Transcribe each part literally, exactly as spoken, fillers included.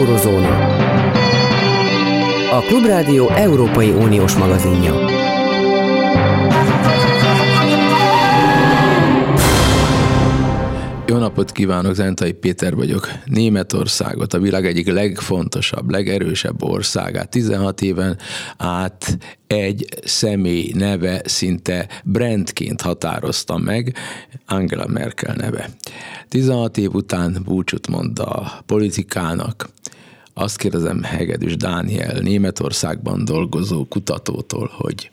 Eurozóna. A Klubrádió Európai Uniós magazinja. Jó napot kívánok, Zentai Péter vagyok. Németországot, a világ egyik legfontosabb, legerősebb országát tizenhat éven át egy személy neve szinte brandként határozta meg, Angela Merkel neve. tizenhat év után búcsút mond a politikának. Azt kérdezem Hegedűs Dániel, Németországban dolgozó kutatótól, hogy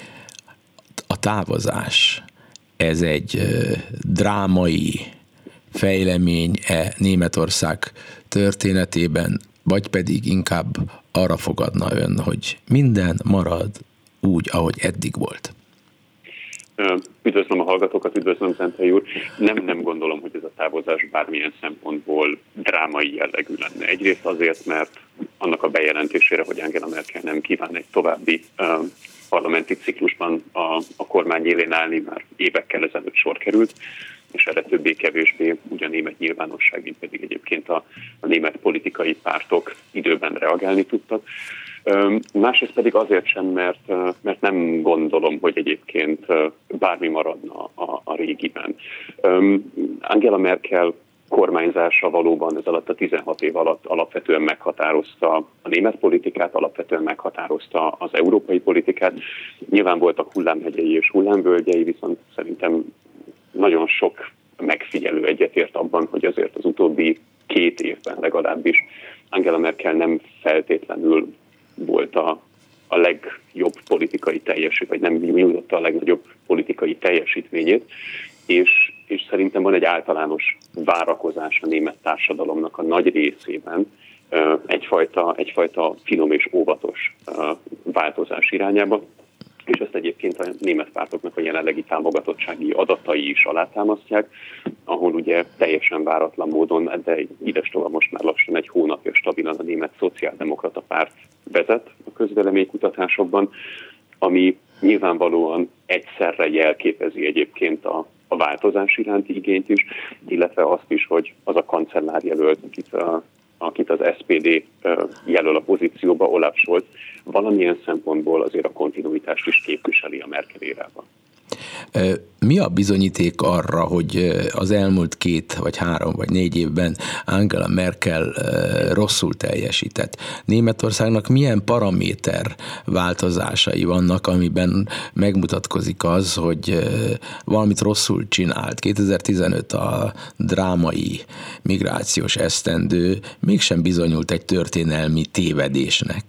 a távozás, ez egy drámai fejlemény-e Németország történetében, vagy pedig inkább arra fogadna ön, hogy minden marad úgy, ahogy eddig volt? Üdvözlöm a hallgatókat, üdvözlöm Zentai úr. Nem, nem gondolom, hogy ez a távozás bármilyen szempontból drámai jellegű lenne. Egyrészt azért, mert annak a bejelentésére, hogy Angela Merkel nem kíván egy további uh, parlamenti ciklusban a, a kormány élén állni, már évekkel ezelőtt sor került, és erre többé-kevésbé úgy a német nyilvánosság, mint pedig egyébként a, a német politikai pártok időben reagálni tudtak. Másrészt pedig azért sem, mert, mert nem gondolom, hogy egyébként bármi maradna a, a régiben. Angela Merkel kormányzása valóban ez alatt a tizenhat év alatt alapvetően meghatározta a német politikát, alapvetően meghatározta az európai politikát. Nyilván voltak hullámhegyei és hullámvölgyei, viszont szerintem nagyon sok megfigyelő egyetért abban, hogy azért az utóbbi két évben legalábbis Angela Merkel nem feltétlenül volt a, a legjobb politikai teljesítmény, vagy nem nyújtotta a legnagyobb politikai teljesítményét, és, és szerintem van egy általános várakozás a német társadalomnak a nagy részében, egyfajta, egyfajta finom és óvatos változás irányába, és ezt egyébként a német pártoknak a jelenlegi támogatottsági adatai is alátámasztják, ahol ugye teljesen váratlan módon, de idestova most már lassan egy hónapja stabilan a német szociáldemokrata párt vezet a közvéleménykutatásokban, ami nyilvánvalóan egyszerre jelképezi egyébként a, a változás iránti igényt is, illetve azt is, hogy az a kancellárjelölt, akit a akit az es pé dé jelöl a pozícióba, Olaf Scholz, valamilyen szempontból azért a kontinuitást is képviseli a Merkel érában. Mi a bizonyíték arra, hogy az elmúlt két, vagy három, vagy négy évben Angela Merkel rosszul teljesített? Németországnak milyen paraméter változásai vannak, amiben megmutatkozik az, hogy valamit rosszul csinált? kétezer-tizenöt a drámai migrációs esztendő mégsem bizonyult egy történelmi tévedésnek.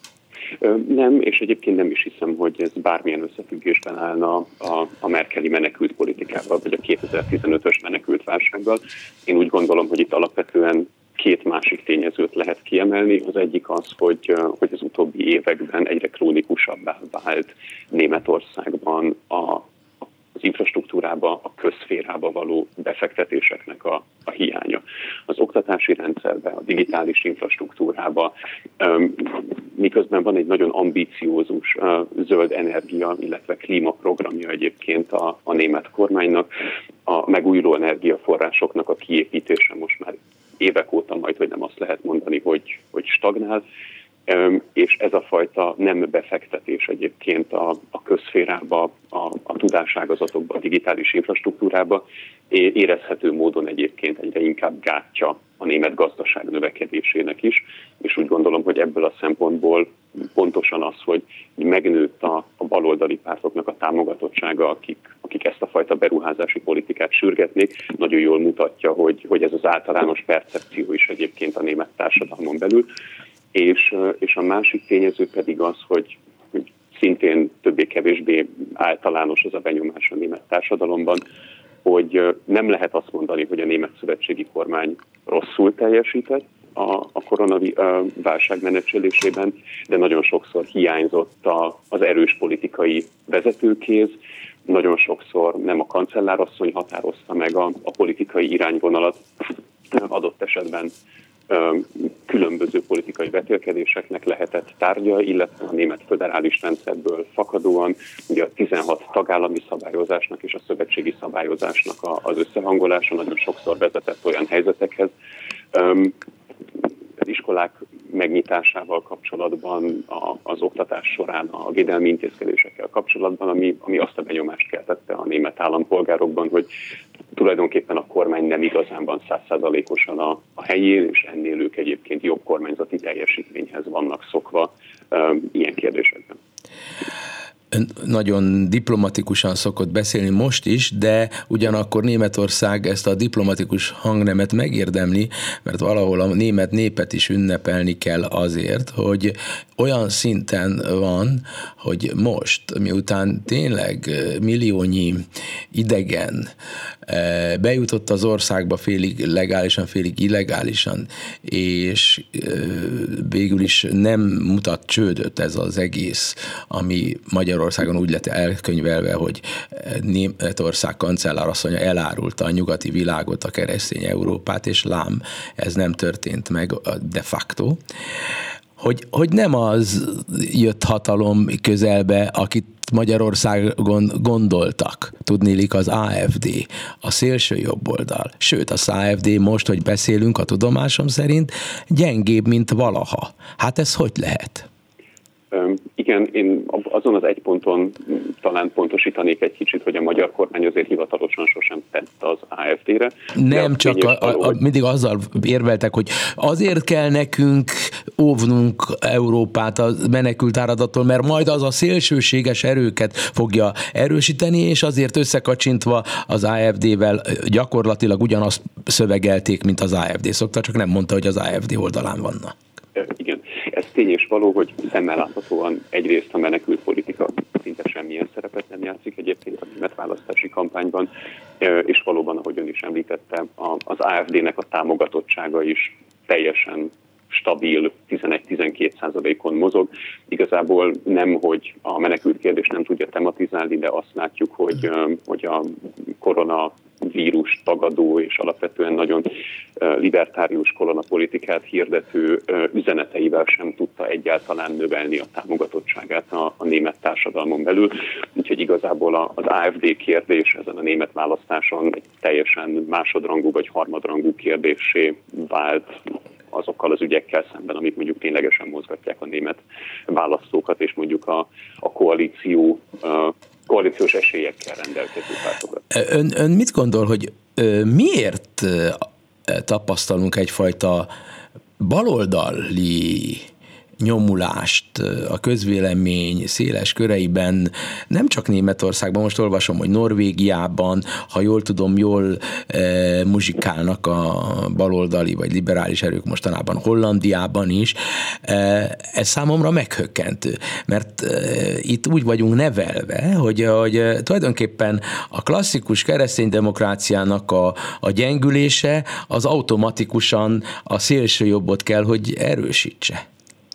Nem, és egyébként nem is hiszem, hogy ez bármilyen összefüggésben állna a, a merkeli menekült politikával, vagy a kétezer-tizenötös menekült válsággal. Én úgy gondolom, hogy itt alapvetően két másik tényezőt lehet kiemelni. Az egyik az, hogy, hogy az utóbbi években egyre krónikusabbá vált Németországban a az infrastruktúrába, a közszférába való befektetéseknek a, a hiánya. Az oktatási rendszerbe, a digitális infrastruktúrába, miközben van egy nagyon ambiciózus zöld energia, illetve klímaprogramja egyébként a, a német kormánynak, a megújuló energiaforrásoknak a kiépítése most már évek óta majd, hogy nem azt lehet mondani, hogy, hogy stagnál, és ez a fajta nem befektetés egyébként a, a közszférába, a, a tudáságazatokba, a digitális infrastruktúrába érezhető módon egyébként egyre inkább gátja a német gazdaság növekedésének is, és úgy gondolom, hogy ebből a szempontból pontosan az, hogy megnőtt a, a baloldali pártoknak a támogatottsága, akik, akik ezt a fajta beruházási politikát sürgetnék, nagyon jól mutatja, hogy, hogy ez az általános percepció is egyébként a német társadalmon belül. És, és a másik tényező pedig az, hogy, hogy szintén többé-kevésbé általános az a benyomás a német társadalomban, hogy nem lehet azt mondani, hogy a német szövetségi kormány rosszul teljesített a, a koronaválság menedzselésében, de nagyon sokszor hiányzott a, az erős politikai vezetőkéz, nagyon sokszor nem a kancellárasszony határozta meg a, a politikai irányvonalat, adott esetben különböző politikai vetélkedéseknek lehetett tárgya, illetve a német föderális rendszerből fakadóan ugye a tizenhat tagállami szabályozásnak és a szövetségi szabályozásnak az összehangolása nagyon sokszor vezetett olyan helyzetekhez, is iskolák megnyitásával kapcsolatban, az oktatás során, a védelmi intézkedésekkel kapcsolatban, ami, ami azt a benyomást keltette a német állampolgárokban, hogy tulajdonképpen a kormány nem igazán van száz százalékosan a, a helyén, és ennél ők egyébként jobb kormányzati teljesítményhez vannak szokva um, ilyen kérdésekben. Ön nagyon diplomatikusan szokott beszélni most is, de ugyanakkor Németország ezt a diplomatikus hangnemet megérdemli, mert valahol a német népet is ünnepelni kell azért, hogy olyan szinten van, hogy most, miután tényleg milliónyi idegen bejutott az országba félig legálisan, félig illegálisan, és végül is nem mutat csődöt ez az egész, ami Magyarországon úgy lett elkönyvelve, hogy Németország kancellárasszonya elárulta a nyugati világot, a keresztény Európát, és lám, ez nem történt meg de facto. Hogy, hogy nem az jött hatalom közelbe, akit Magyarországon gondoltak, tudniillik az á ef dé, a szélső jobboldal. Sőt, az á ef dé most, hogy beszélünk, a tudomásom szerint gyengébb, mint valaha. Hát ez hogy lehet? Igen, én azon az egy ponton talán pontosítanék egy kicsit, hogy a magyar kormány azért hivatalosan sosem tett az á ef dé-re. Nem, csak a, a, a, mindig azzal érveltek, hogy azért kell nekünk óvnunk Európát a menekült áradattól, mert majd az a szélsőséges erőket fogja erősíteni, és azért összekacsintva az á ef dé-vel gyakorlatilag ugyanazt szövegelték, mint az á ef dé szokta, csak nem mondta, hogy az á ef dé oldalán vannak. Igen, ez tény és való, hogy szemmel láthatóan egyrészt a menekült politika szinte semmilyen szerepet nem játszik egyébként a német választási kampányban, és valóban, ahogy ön is említette, az á ef dé-nek a támogatottsága is teljesen stabil, tizenegy-tizenkét százalékon mozog. Igazából nem, hogy a menekült kérdés nem tudja tematizálni, de azt látjuk, hogy, hogy a koronavírus tagadó és alapvetően nagyon libertárius koronapolitikát hirdető üzeneteivel sem tudta egyáltalán növelni a támogatottságát a, a német társadalmon belül. Úgyhogy igazából az á ef dé kérdés ezen a német választáson egy teljesen másodrangú vagy harmadrangú kérdéssé vált azokkal az ügyekkel szemben, amik mondjuk ténylegesen mozgatják a német választókat, és mondjuk a, a koalíció, a koalíciós esélyekkel rendelkező pártokat. Ön, ön mit gondol, hogy ö, miért tapasztalunk egyfajta baloldali nyomulást a közvélemény széles köreiben, nem csak Németországban, most olvasom, hogy Norvégiában, ha jól tudom, jól e, muzsikálnak a baloldali vagy liberális erők mostanában, Hollandiában is. E, ez számomra meghökkentő, mert e, itt úgy vagyunk nevelve, hogy, hogy tulajdonképpen a klasszikus kereszténydemokráciának a, a gyengülése az automatikusan a szélső jobbot kell, hogy erősítse.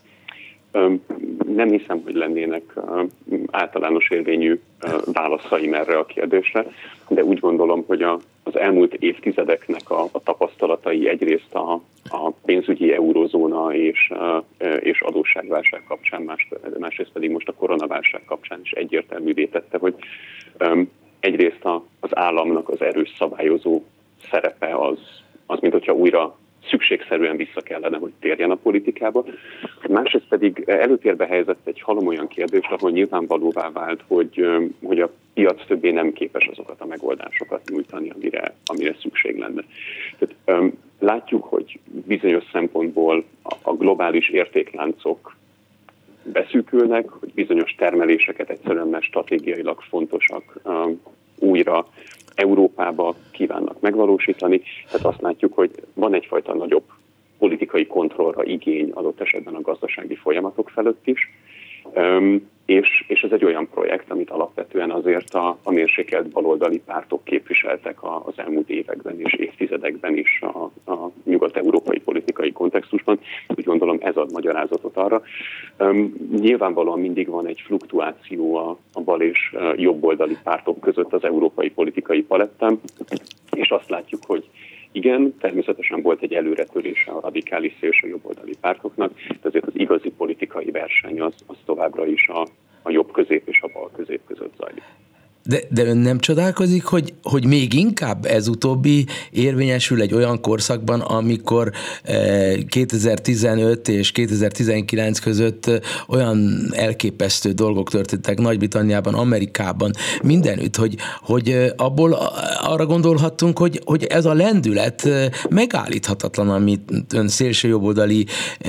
Nem hiszem, hogy lennének általános érvényű válaszaim erre a kérdésre, de úgy gondolom, hogy az elmúlt évtizedeknek a, a tapasztalatai egyrészt a, a pénzügyi eurozóna és, és adósságválság kapcsán, más, másrészt pedig most a koronaválság kapcsán is egyértelművé tette, hogy egyrészt az államnak az erős szabályozó szerepe az, az mint hogyha újra szükségszerűen vissza kellene, hogy térjen a politikába. Másrészt pedig előtérbe helyezett egy halom olyan kérdést, ahol nyilvánvalóvá vált, hogy, hogy a piac többé nem képes azokat a megoldásokat nyújtani, amire, amire szükség lenne. Tehát, látjuk, hogy bizonyos szempontból a globális értékláncok beszűkülnek, hogy bizonyos termeléseket egyszerűen mert stratégiailag fontosak újra Európába kívánnak megvalósítani. Tehát azt látjuk, hogy van egyfajta nagyobb politikai kontrollra igény adott esetben a gazdasági folyamatok felett is. És, és ez egy olyan projekt, amit alapvetően azért a, a mérsékelt baloldali pártok képviseltek az elmúlt években és évtizedekben is a, a nyugat-európai politikai kontextusban. Úgy gondolom ez ad magyarázatot arra. Um, nyilvánvalóan mindig van egy fluktuáció a, a bal és jobboldali pártok között az európai politikai palettán, és azt látjuk, hogy igen, természetesen volt egy előretörése a radikális szélső jobboldali pártoknak, de azért az igazi politikai verseny az, az továbbra is a, a jobb közép és a bal közép között zajlik. De, de ön nem csodálkozik, hogy, hogy még inkább ez utóbbi érvényesül egy olyan korszakban, amikor kétezer-tizenöt és kétezer-tizenkilenc között olyan elképesztő dolgok történtek Nagy-Britanniában, Amerikában, mindenütt, hogy, hogy abból arra gondolhattunk, hogy, hogy ez a lendület megállíthatatlan, amit ön szélsőjobboldali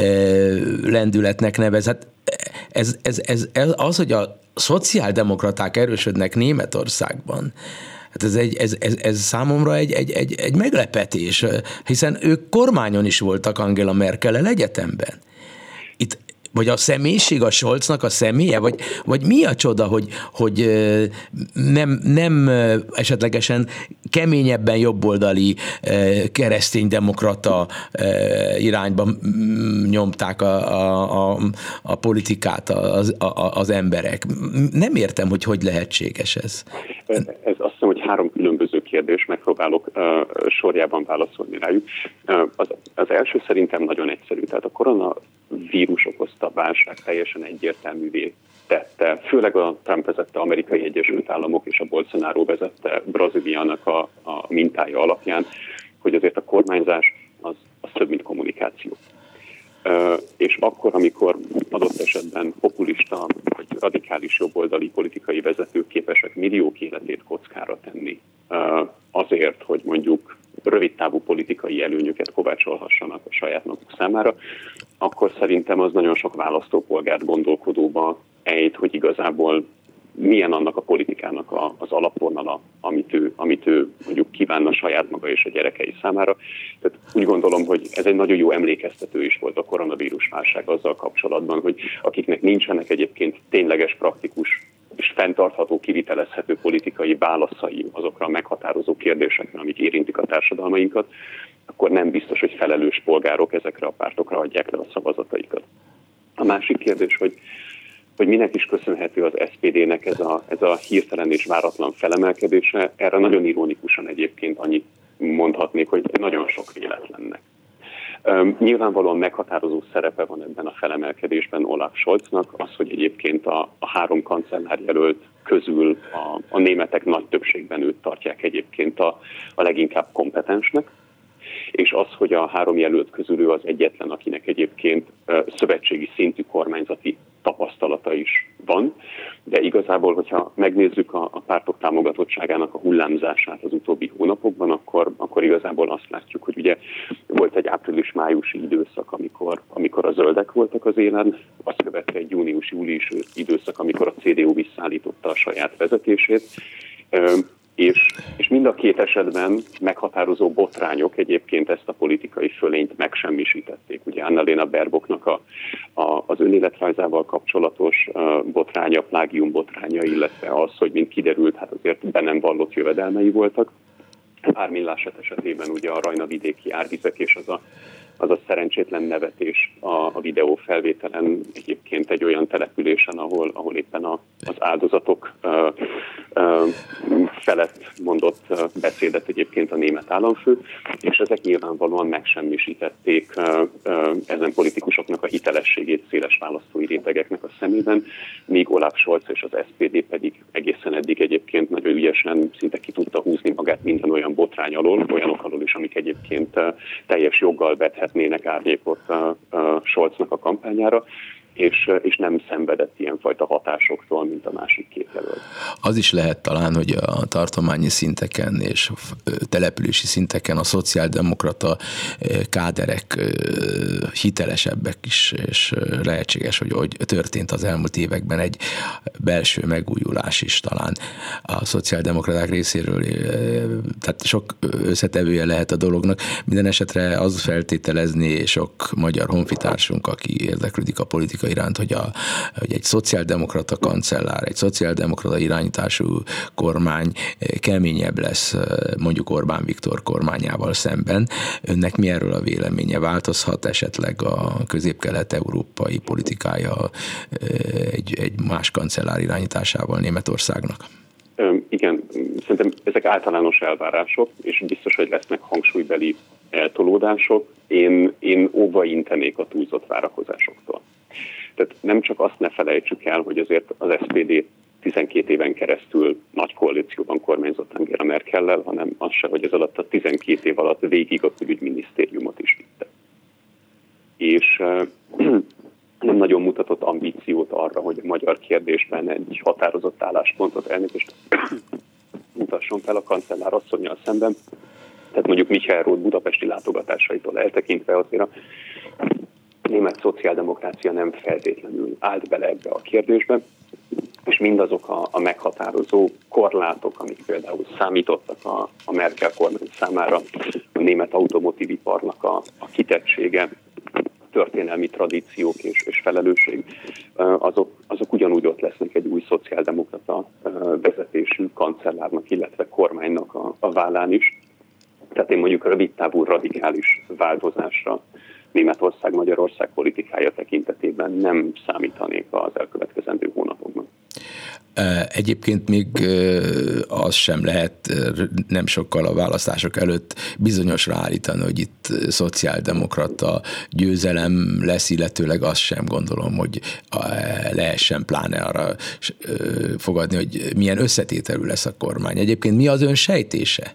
lendületnek nevez. Hát ez, ez, ez, ez az, hogy a szociáldemokraták erősödnek Németországban, hát ez, egy, ez, ez, ez számomra egy, egy, egy, egy meglepetés, hiszen ők kormányon is voltak Angela Merkel-el egyetemben. Itt vagy a személyiség, a Scholznak a személye, vagy, vagy mi a csoda, hogy, hogy nem, nem esetlegesen keményebben jobboldali kereszténydemokrata irányba nyomták a, a, a, a politikát az, a, az emberek. Nem értem, hogy hogy lehetséges ez. Ez azt hiszem, hogy három különböző kérdés, megpróbálok uh, sorjában válaszolni rájuk. Uh, az, az első szerintem nagyon egyszerű, tehát a koronavírus okozta válság teljesen egyértelművé tette, főleg a Trump vezette Amerikai Egyesült Államok és a Bolsonaro vezette Brazíliának a, a mintája alapján, hogy azért a kormányzás az, az több, mint kommunikáció. Uh, és akkor, amikor adott esetben populista vagy radikális jobboldali politikai vezetők képesek milliók életét kockára tenni uh, azért, hogy mondjuk rövidtávú politikai előnyöket kovácsolhassanak a saját maguk számára, akkor szerintem az nagyon sok választópolgárt gondolkodóba ejt, hogy igazából milyen annak a politikának a, az alapvonala, amit ő, amit ő mondjuk kívánna saját maga és a gyerekei számára. Tehát úgy gondolom, hogy ez egy nagyon jó emlékeztető is volt a koronavírus válság azzal kapcsolatban, hogy akiknek nincsenek egyébként tényleges, praktikus és fenntartható, kivitelezhető politikai válaszai azokra a meghatározó kérdésekre, amik érintik a társadalmainkat, akkor nem biztos, hogy felelős polgárok ezekre a pártokra adják le a szavazataikat. A másik kérdés, hogy hogy minek is köszönhető az es pé dé-nek ez a, ez a hirtelen és váratlan felemelkedése. Erre nagyon ironikusan egyébként annyit mondhatnék, hogy nagyon sok véletlennek. Um, nyilvánvalóan meghatározó szerepe van ebben a felemelkedésben Olaf Scholznak, az, hogy egyébként a, a három kancellárjelölt közül a, a németek nagy többségben őt tartják egyébként a, a leginkább kompetensnek, és az, hogy a három jelölt közül ő az egyetlen, akinek egyébként szövetségi szintű kormányzati tapasztalata is van, de igazából, hogyha megnézzük a, a pártok támogatottságának a hullámzását az utóbbi hónapokban, akkor, akkor igazából azt látjuk, hogy ugye volt egy április-májusi időszak, amikor, amikor a zöldek voltak az élen, azt követte egy június-július időszak, amikor a cé dé u visszaállította a saját vezetését, És, és mind a két esetben meghatározó botrányok egyébként ezt a politikai fölényt megsemmisítették. Ugye Annalena Baerbocknak a, a, az önéletrajzával kapcsolatos uh, botránya, plágium botránya, illetve az, hogy mint kiderült, hát azért be nem vallott jövedelmei voltak. Armin Laschet esetében ugye a rajnavidéki árvizek és az a az a szerencsétlen nevetés a, a videó felvételen egyébként egy olyan településen, ahol, ahol éppen a, az áldozatok uh, uh, felett mondott uh, beszédet egyébként a német államfő, és ezek nyilvánvalóan megsemmisítették uh, uh, ezen politikusoknak a hitelességét széles választói rétegeknek a szemében, míg Olaf Scholz és az es pé dé pedig egészen eddig egyébként nagyon ügyesen szinte ki tudta húzni magát minden olyan botrány alól, olyanok alól is, amik egyébként uh, teljes joggal vethetnének árnyékot uh, uh, Scholznak a kampányára, és, és nem szenvedett ilyenfajta hatásoktól, mint a másik két jelölt. Az is lehet talán, hogy a tartományi szinteken és települési szinteken a szociáldemokrata káderek hitelesebbek is, és lehetséges, hogy, hogy történt az elmúlt években egy belső megújulás is talán a szociáldemokraták részéről. Tehát sok összetevője lehet a dolognak. Minden esetre az feltételezni sok magyar honfitársunk, aki érdeklődik a politika iránt, hogy, a, hogy egy szociáldemokrata kancellár, egy szociáldemokrata irányítású kormány keményebb lesz mondjuk Orbán Viktor kormányával szemben. Önnek mi erről a véleménye? Változhat esetleg a közép-kelet-európai politikája egy, egy más kancellár irányításával Németországnak? Igen, szerintem ezek általános elvárások, és biztos, hogy lesznek hangsúlybeli eltolódások. Én, én óva intenék a túlzott várakozásoktól. Tehát nem csak azt ne felejtsük el, hogy azért az es pé dé tizenkét éven keresztül nagy koalícióban kormányzott Angela Merkellel, hanem az se, hogy ez alatt a tizenkét év alatt végig a külügyminisztériumot is vitte. És nem nagyon mutatott ambíciót arra, hogy a magyar kérdésben egy határozott álláspontot elnézést mutasson fel a kancellár asszonnyal szemben. Tehát mondjuk Michael Roth budapesti látogatásaitól eltekintve azért a német szociáldemokrácia nem feltétlenül állt bele ebbe a kérdésbe, és mindazok a, a meghatározó korlátok, amik például számítottak a, a Merkel kormány számára, a német automotíviparnak a, a kitettsége, történelmi tradíciók és, és felelősség, azok, azok ugyanúgy ott lesznek egy új szociáldemokrata vezetésű kancellárnak, illetve kormánynak a, a vállán is. Tehát én mondjuk rövid távú radikális változásra Németország, Magyarország politikája tekintetében nem számítanék az elkövetkezendő hónapokban. Egyébként még az sem lehet nem sokkal a választások előtt bizonyosra állítani, hogy itt szociáldemokrata győzelem lesz, illetőleg azt sem gondolom, hogy lehessen pláne arra fogadni, hogy milyen összetételű lesz a kormány. Egyébként mi az ön sejtése?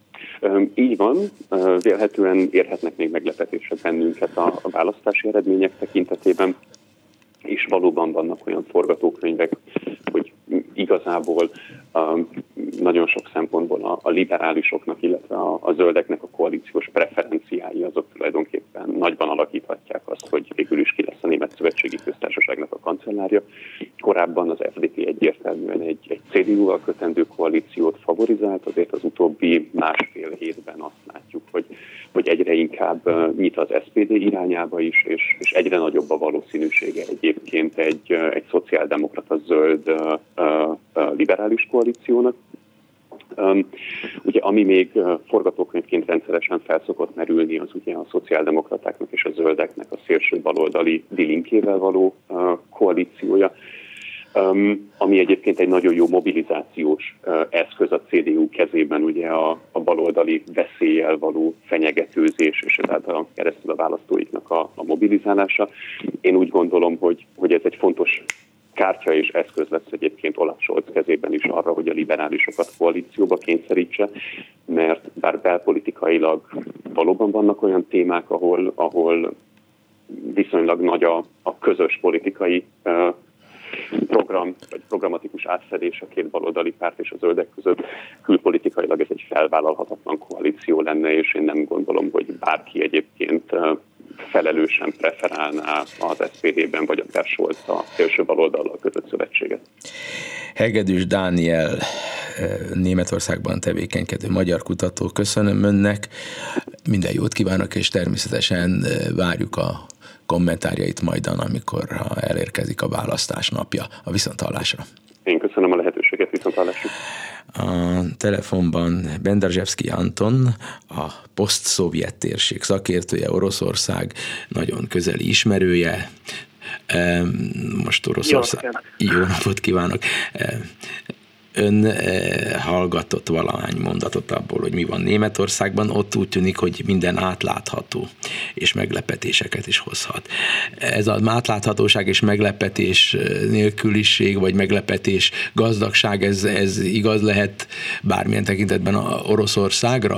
Így van, vélhetően érhetnek még meglepetésre bennünket a, a választási eredmények tekintetében, és valóban vannak olyan forgatókönyvek, hogy igazából um, nagyon sok szempontból a, a liberálisoknak, illetve a, a zöldeknek a koalíciós preferenciái azok tulajdonképpen nagyban alakíthatják azt, hogy végül is ki lesz a Német Szövetségi Köztársaságnak a kancellárja. Korábban az ef dé pé egyértelműen egy, egy cé dé u-val kötendő koalíciót favorizált, azért az utóbbi másfél hétben azt látjuk, hogy, hogy egyre inkább nyit az es pé dé irányába is, és, és egyre nagyobb a valószínűsége egyébként egy, egy szociáldemokrata zöld uh, uh, liberális koalíciónak. Um, ugye ami még uh, forgatókönyvként rendszeresen felszokott merülni, az ugye a szociáldemokratáknak és a zöldeknek a szélső baloldali dilinkével való uh, koalíciója, um, ami egyébként egy nagyon jó mobilizációs uh, eszköz a cé dé u kezében, ugye a, a baloldali veszéllyel való fenyegetőzés, és ezáltal keresztül a választóiknak a, a mobilizálása. Én úgy gondolom, hogy, hogy ez egy fontos kártya és eszköz lesz egyébként Olaf Scholz kezében is arra, hogy a liberálisokat koalícióba kényszerítse, mert bár belpolitikailag valóban vannak olyan témák, ahol, ahol viszonylag nagy a, a közös politikai uh, program, vagy programatikus átfedés a két baloldali párt és a zöldek között, külpolitikailag ez egy felvállalhatatlan koalíció lenne, és én nem gondolom, hogy bárki egyébként uh, felelősen preferálná az es pé dében vagy a Per Scholz a szélső baloldallal kötött szövetséget. Hegedűs Dániel, Németországban tevékenykedő magyar kutató, köszönöm önnek, minden jót kívánok, és természetesen várjuk a kommentárjait majdan, amikor elérkezik a választás napja. A viszonthallásra. Én köszönöm a lehetőséget, viszonthallásra. A telefonban Benderzsevszky Anton, a poszt-szovjet térség szakértője, Oroszország nagyon közeli ismerője. Most Oroszország... Jó napot kívánok! Ön hallgatott valahány mondatot abból, hogy mi van Németországban, ott úgy tűnik, hogy minden átlátható, és meglepetéseket is hozhat. Ez az átláthatóság és meglepetés nélküliség, vagy meglepetés gazdagság, ez, ez igaz lehet bármilyen tekintetben a Oroszországra?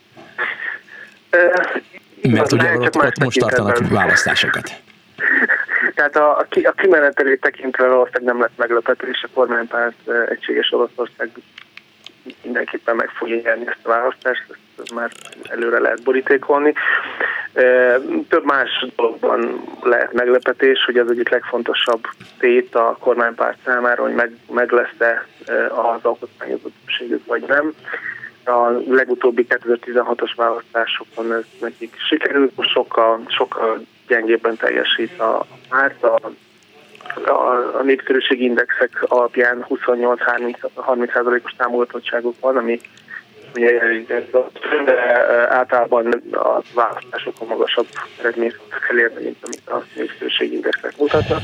Mert ugye ott, ott most tartanak választásokat. Tehát a, a, a kimenetelét tekintve valószínűleg nem lett meglepetés, a kormánypárt Egységes Oroszország mindenképpen meg fogja nyerni ezt a választást, ezt már előre lehet borítékolni. Több más dologban lehet meglepetés, hogy az egyik legfontosabb tét a kormánypárt számára, hogy meg, meg lesz-e az alkotmányozó többségük, vagy nem. A legutóbbi kétezer-tizenhatos választásokon ez nekik sikerült, sokkal, sokkal gyengébben teljesít a párt. A, a, a népszerűségi indexek alapján huszonnyolc-harminc százalékos támogatottságuk van, ami ugye de általában a választásokon magasabb eredményt kell érni, mint amit a népszerűségi indexek mutatnak.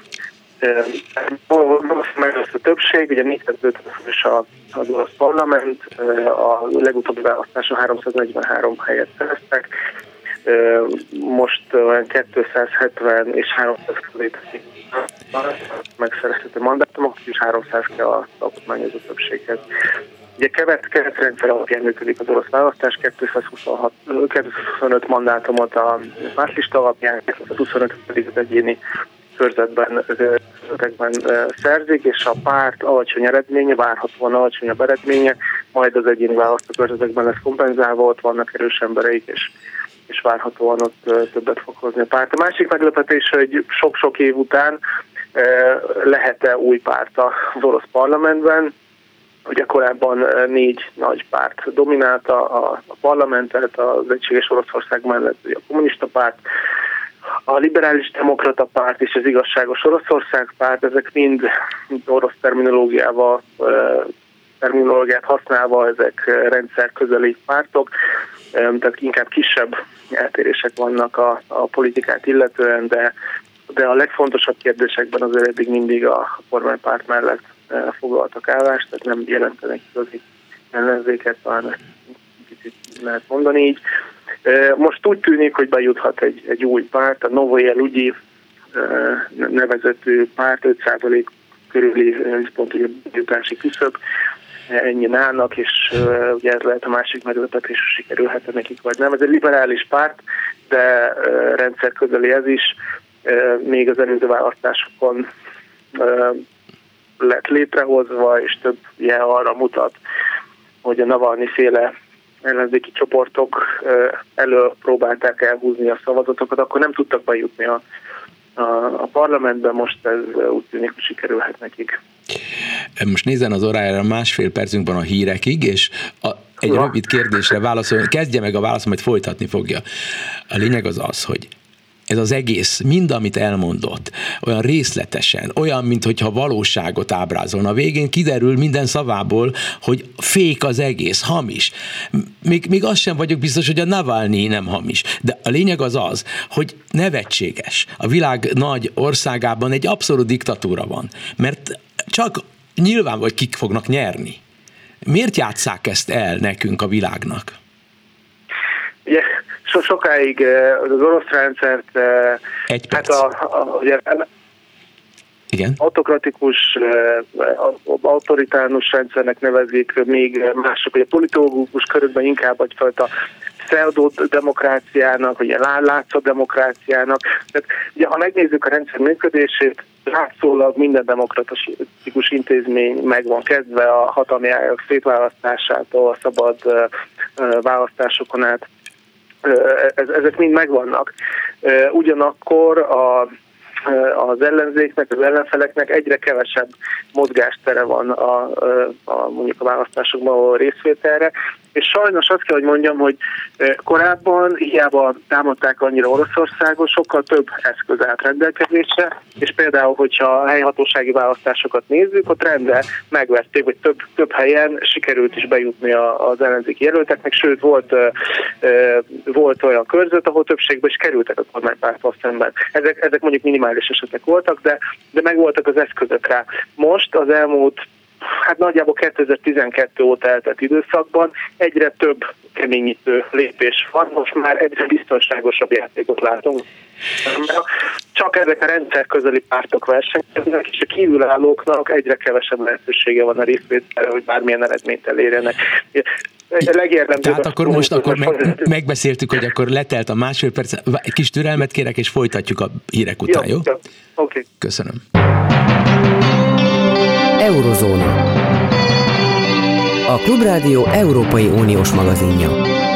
Meg lesz a többség, ugye négyszázötven fős az orosz parlament, a legutóbbi választáson háromszáznegyvenhárom helyet szereztek, most olyan kétszázhetven és háromszáz közé megszerezhető mandátumok, és háromszáz kell az alkotmányozó többséghez. Ugye kevet, keretrendszer alapján működik az orosz választás, kétszázhuszonhat, kétszázhuszonöt mandátumot a pártlista alapján, kétszázhuszonöt pedig az egyéni körzetben szerzik, és a párt alacsony eredménye, várhatóan alacsonyabb eredménye, majd az egyéni választókörzetekben lesz kompenzálva, ott vannak erős embereik, és, és várhatóan ott többet fog hozni a párt. A másik meglepetés, hogy sok-sok év után lehet-e új párt az orosz parlamentben. Ugye korábban négy nagy párt dominálta a, a parlamentet, az Egységes Oroszország mellett a kommunista párt, a liberális demokrata párt és az igazságos Oroszország párt, ezek mind orosz terminológiával, terminológiát használva, ezek rendszer közeli pártok, tehát inkább kisebb eltérések vannak a, a politikát illetően, de, de a legfontosabb kérdésekben azért eddig mindig a kormánypárt mellett foglaltak állást, tehát nem jelentenek igazi ellenzéket, talán ezt kicsit lehet mondani így. Most úgy tűnik, hogy bejuthat egy, egy új párt, a Novoje Ludyi nevezetű párt, öt százalék körüli pontú bejutási küszöb, ennyien állnak, és ugye ez lehet a másik meglepetés, sikerülhet nekik vagy nem. Ez egy liberális párt, de rendszer közeli ez is, még az előző választásokon lett létrehozva, és több jel arra mutat, hogy a Navalnyi-féle ellenzéki csoportok elől próbálták elhúzni a szavazatokat, akkor nem tudtak bejutni a, a, a parlamentben, most ez úgy tűnik, hogy sikerülhet nekik. Most nézzen az órájára, másfél percünk van a hírekig, és a, egy ja. rövid kérdésre válaszol, kezdje meg a válaszom, majd folytatni fogja. A lényeg az az, hogy ez az egész, mind amit elmondott, olyan részletesen, olyan, mintha valóságot ábrázolna. A végén kiderül minden szavából, hogy fék az egész, hamis. Még, még azt sem vagyok biztos, hogy a Navalnyi nem hamis. De a lényeg az az, hogy nevetséges. A világ nagy országában egy abszolút diktatúra van. Mert csak nyilván, hogy kik fognak nyerni. Miért játsszák ezt el nekünk, a világnak? Yeah. So sokáig az orosz rendszert, Egy hát a, a, ugye, Igen. autokratikus, autoritárus rendszernek nevezik, még mások, hogy a politológus körökben inkább egyfajta pseudodemokráciának, vagy látszatdemokráciának. Tehát ugye, ha megnézzük a rendszer működését, látszólag minden demokratikus intézmény meg van kezdve, a hatalmi ágak szétválasztásától, a szabad választásokon át, ezek mind megvannak. Ugyanakkor a, az ellenzéknek, az ellenfeleknek egyre kevesebb mozgástere van a, a, mondjuk a választásokban való részvételre, és sajnos azt kell, hogy mondjam, hogy korábban hiába támadták annyira Oroszországot, sokkal több eszköz állt rendelkezésre, és például, hogyha a helyhatósági választásokat nézzük, ott rendre megvették, hogy több, több helyen sikerült is bejutni az ellenzéki jelölteknek, sőt volt, volt olyan körzet, ahol többségben is kerültek a kormánypárttal szemben. Ezek, ezek mondjuk minimális esetek voltak, de, de megvoltak az eszközök rá. Most az elmúlt hát nagyjából kétezer-tizenkettő óta eltelt időszakban egyre több keményítő lépés van, most már egyre biztonságosabb játékot látunk. Csak ezek a rendszer közeli pártok versenyeznek, és a kívülállóknak egyre kevesebb lehetősége van a részvételre, hogy bármilyen eredményt elérjenek. Tehát akkor most akkor meg, megbeszéltük, hogy akkor letelt a másfél perc, egy kis türelmet kérek, és folytatjuk a hírek után, jó? jó? Oké. Okay. Köszönöm. Eurozóna. A Klubrádió Európai Uniós magazinja.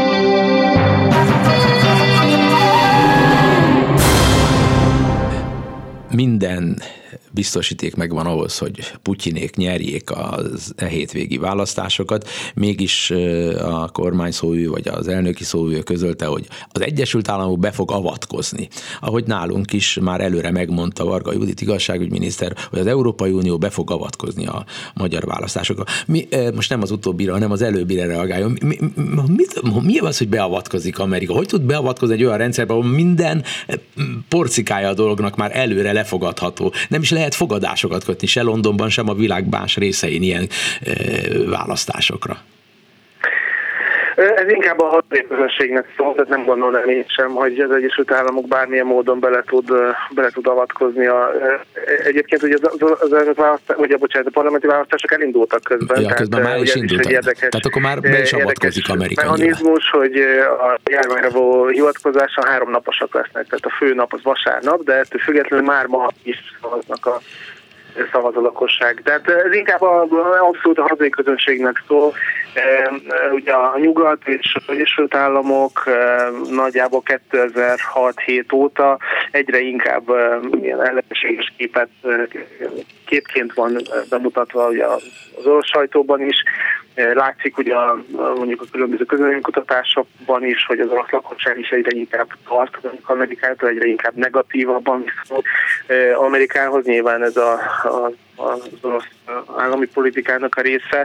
Minden biztosíték megvan ahhoz, hogy Putyinék nyerjék az e hétvégi választásokat, mégis a kormány szóvivő vagy az elnöki szóvivő közölte, hogy az Egyesült Államok be fog avatkozni. Ahogy nálunk is már előre megmondta Varga Judit igazságügyminiszter, hogy az Európai Unió be fog avatkozni a magyar választásokra. Mi, most nem az utóbbira, hanem az előbbire reagáljon. Mi, mi, mi az, hogy beavatkozik Amerika? Hogy tud beavatkozni egy olyan rendszerbe, ahol minden porcikája a dolognak már előre lefogadható? Nem is lehet fogadásokat kötni se Londonban, sem a világ más részein ilyen e, választásokra. Ez inkább a hazai közönségnek szól, tehát nem gondolnám én sem, hogy az Egyesült Államok bármilyen módon bele tud, bele tud avatkozni. A, egyébként ugye az, az, az választás, ugye, bocsánat, a parlamenti választások elindultak közben. Ja, közben tehát, már is indultak. Érdekes, tehát akkor már be is avatkozik Amerika. Mechanizmus, hogy a járványra való hivatkozása három naposak lesznek, tehát a fő nap az vasárnap, de ettől függetlenül már ma is szavaznak a szavaz a lakosság. Tehát ez inkább a, abszolút a hazai közönségnek szól. E, ugye a Nyugat és az Egyesült Államok e, nagyjából kétezer-hat-hét óta egyre inkább e, ilyen ellenséges képet e, képként van bemutatva ugye az orosz sajtóban is. Látszik ugye a, mondjuk a különböző közvéleménykutatásokban is, hogy az orosz lakosság is egyre inkább tart Amerikától, egyre inkább negatívabban viszont Amerikához. Nyilván ez a, a, az orosz állami politikának a része.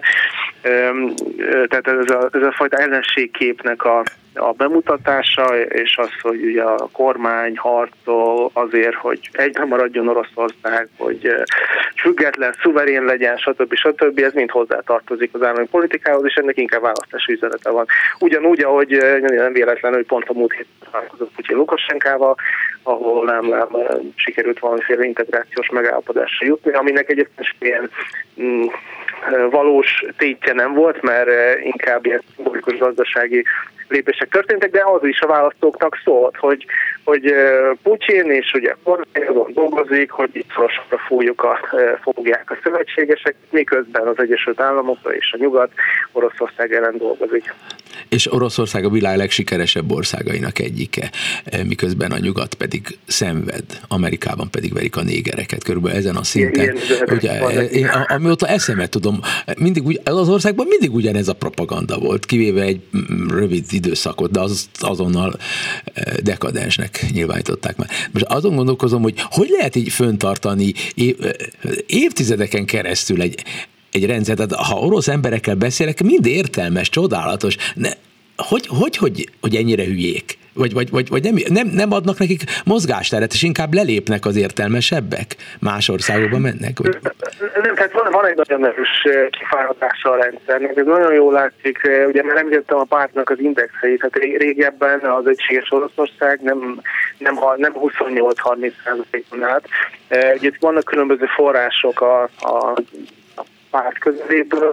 Tehát ez a, ez a fajta ellenségképnek a, a bemutatása, és az, hogy ugye a kormány harcol azért, hogy egyre maradjon Oroszország, hogy független, szuverén legyen, stb. stb. Ez mind hozzátartozik az állami politikához, és ennek inkább választási üzenete van. Ugyanúgy, ahogy nem véletlenül, hogy pont a múlt héten találkozott Putyin Lukasenkával, ahol nem, nem sikerült valamiféle integrációs megállapodásra jutni, aminek egyébként ilyen mm, valós tétje nem volt, mert inkább ilyen szimbolikus gazdasági lépések történtek, de az is a választóknak szólt, hogy, hogy Putyin és ugye kormány azon dolgozik, hogy itt szorosra fújjuk a, fogják a szövetségesek, miközben az Egyesült Államok és a Nyugat Oroszország ellen dolgozik. És Oroszország a világ legsikeresebb országainak egyike, miközben a Nyugat pedig szenved, Amerikában pedig verik a négereket, körülbelül ezen a szinten. Igen, ugye, én, amióta eszemet tudom, mindig úgy, az országban mindig ugyanez a propaganda volt, kivéve egy rövid időszakot, de az azonnal dekadensnek nyilvánították már. Most azon gondolkozom, hogy hogy lehet így föntartani év, évtizedeken keresztül egy egy rendszer, tehát ha orosz emberekkel beszélek, mind értelmes, csodálatos. Ne, hogy, hogy, hogy, hogy ennyire hülyék? Vagy, vagy, vagy, vagy nem, nem, nem adnak nekik mozgásteret, és inkább lelépnek az értelmesebbek? Más országokba mennek? Vagy? Nem, tehát van, van egy nagyon erős kifáradása a rendszernek. Ez nagyon jól látszik. Ugye már említettem a pártnak az indexeit. Tehát régebben az Egységes Oroszország nem, nem, nem huszonnyolc-harminc százalékon állt. Ugye itt vannak különböző források a, a párt közeléből,